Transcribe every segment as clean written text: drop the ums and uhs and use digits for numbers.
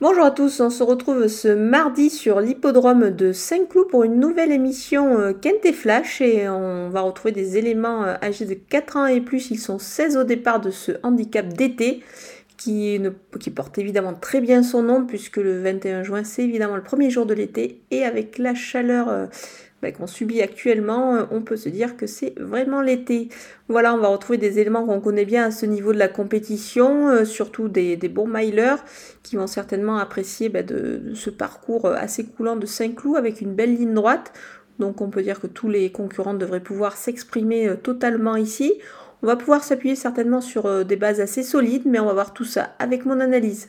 Bonjour à tous, on se retrouve ce mardi sur l'hippodrome de Saint-Cloud pour une nouvelle émission Quintet Flash et on va retrouver des éléments âgés de 4 ans et plus. Ils sont 16 au départ de ce handicap d'été qui porte évidemment très bien son nom puisque le 21 juin c'est évidemment le premier jour de l'été et avec la chaleur qu'on subit actuellement, on peut se dire que c'est vraiment l'été. Voilà, on va retrouver des éléments qu'on connaît bien à ce niveau de la compétition, surtout des bons milers qui vont certainement apprécier de ce parcours assez coulant de Saint-Cloud avec une belle ligne droite. Donc on peut dire que tous les concurrents devraient pouvoir s'exprimer totalement ici. On va pouvoir s'appuyer certainement sur des bases assez solides, mais on va voir tout ça avec mon analyse.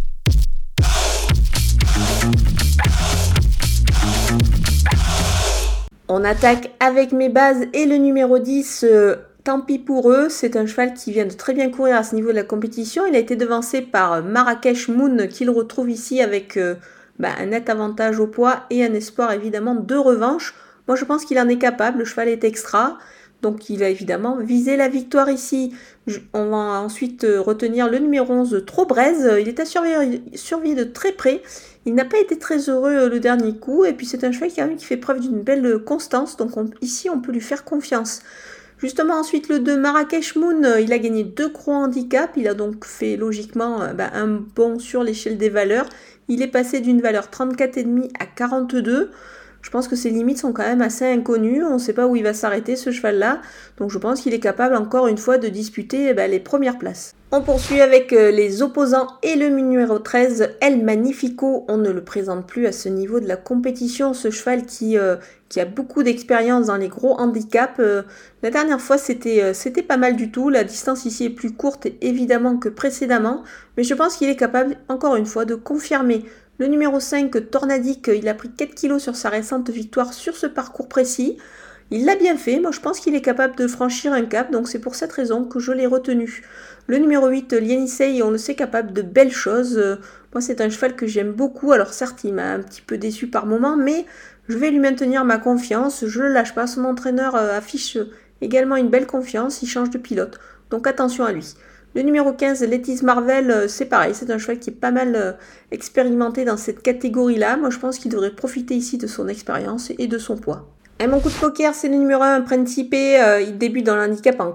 On attaque avec mes bases et le numéro 10, tant pis pour eux, c'est un cheval qui vient de très bien courir à ce niveau de la compétition. Il a été devancé par Marrakech Moon qu'il retrouve ici avec un net avantage au poids et un espoir évidemment de revanche. Moi je pense qu'il en est capable, le cheval est extra. Donc il va évidemment viser la victoire ici. On va ensuite retenir le numéro 11, Trobraise. Il est à surveiller de très près. Il n'a pas été très heureux le dernier coup. Et puis c'est un cheval qui fait preuve d'une belle constance. Donc ici on peut lui faire confiance. Justement ensuite le 2, Marrakech Moon. Il a gagné 2 gros handicaps. Il a donc fait logiquement un bond sur l'échelle des valeurs. Il est passé d'une valeur 34,5 à 42. Je pense que ses limites sont quand même assez inconnues. On ne sait pas où il va s'arrêter ce cheval-là. Donc je pense qu'il est capable encore une fois de disputer les premières places. On poursuit avec les opposants et le numéro 13, El Magnifico. On ne le présente plus à ce niveau de la compétition. Ce cheval qui a beaucoup d'expérience dans les gros handicaps. La dernière fois, c'était pas mal du tout. La distance ici est plus courte évidemment que précédemment. Mais je pense qu'il est capable encore une fois de confirmer. Le numéro 5, Tornadique, il a pris 4 kg sur sa récente victoire sur ce parcours précis. Il l'a bien fait, moi je pense qu'il est capable de franchir un cap, donc c'est pour cette raison que je l'ai retenu. Le numéro 8, Lienisei, on le sait capable de belles choses. Moi c'est un cheval que j'aime beaucoup, alors certes il m'a un petit peu déçu par moment, mais je vais lui maintenir ma confiance, je ne le lâche pas. Son entraîneur affiche également une belle confiance, il change de pilote, donc attention à lui. Le numéro 15, Lettice Marvel, c'est pareil, c'est un cheval qui est pas mal expérimenté dans cette catégorie-là. Moi, je pense qu'il devrait profiter ici de son expérience et de son poids. Et mon coup de poker, c'est le numéro 1, Principe. Il débute dans l'handicap en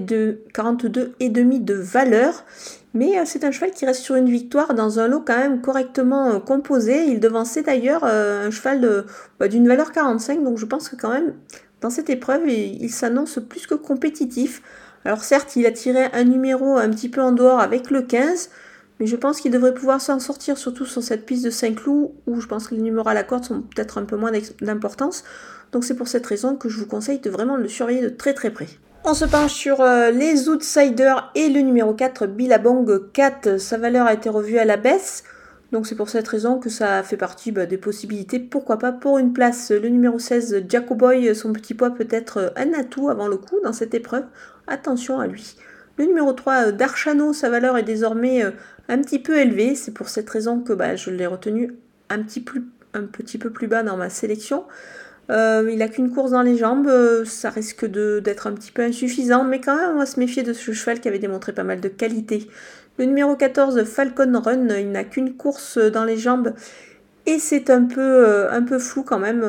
42,5 de valeur. Mais c'est un cheval qui reste sur une victoire dans un lot quand même correctement composé. Il devançait d'ailleurs un cheval d'une valeur 45. Donc je pense que quand même, dans cette épreuve, il s'annonce plus que compétitif. Alors certes, il a tiré un numéro un petit peu en dehors avec le 15, mais je pense qu'il devrait pouvoir s'en sortir, surtout sur cette piste de Saint-Cloud, où je pense que les numéros à la corde sont peut-être un peu moins d'importance. Donc c'est pour cette raison que je vous conseille de vraiment le surveiller de très très près. On se penche sur les outsiders et le numéro 4, Billabong 4. Sa valeur a été revue à la baisse. Donc c'est pour cette raison que ça fait partie des possibilités, pourquoi pas pour une place. Le numéro 16, Jacoboy, son petit poids peut être un atout avant le coup dans cette épreuve. Attention à lui. Le numéro 3, Darchano, sa valeur est désormais un petit peu élevée. C'est pour cette raison que je l'ai retenu un petit peu plus bas dans ma sélection. Il n'a qu'une course dans les jambes, ça risque d'être un petit peu insuffisant, mais quand même on va se méfier de ce cheval qui avait démontré pas mal de qualité. Le numéro 14, Falcon Run, il n'a qu'une course dans les jambes et c'est un peu flou quand même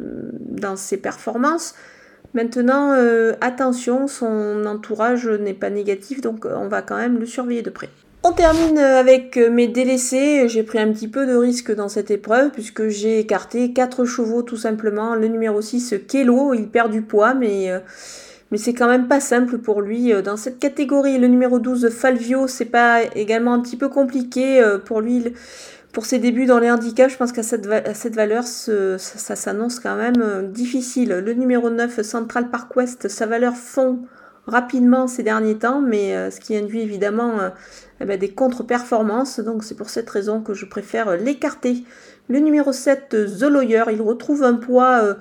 dans ses performances. Maintenant, attention, son entourage n'est pas négatif, donc on va quand même le surveiller de près. On termine avec mes délaissés. J'ai pris un petit peu de risque dans cette épreuve puisque j'ai écarté 4 chevaux tout simplement. Le numéro 6, Kelo, il perd du poids, mais c'est quand même pas simple pour lui. Dans cette catégorie, le numéro 12, Falvio, c'est pas également un petit peu compliqué pour lui. Pour ses débuts dans les handicaps, je pense qu'à cette valeur, ça s'annonce quand même difficile. Le numéro 9, Central Park West, sa valeur fond rapidement ces derniers temps, mais ce qui induit évidemment des contre-performances. Donc c'est pour cette raison que je préfère l'écarter. Le numéro 7, The Lawyer, il retrouve un poids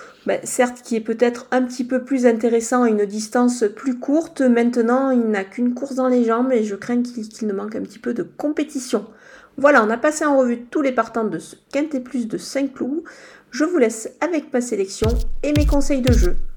certes qui est peut-être un petit peu plus intéressant à une distance plus courte. Maintenant, il n'a qu'une course dans les jambes et je crains qu'il ne manque un petit peu de compétition. Voilà, on a passé en revue tous les partants de ce Quintet Plus de Saint-Cloud. Je vous laisse avec ma sélection et mes conseils de jeu.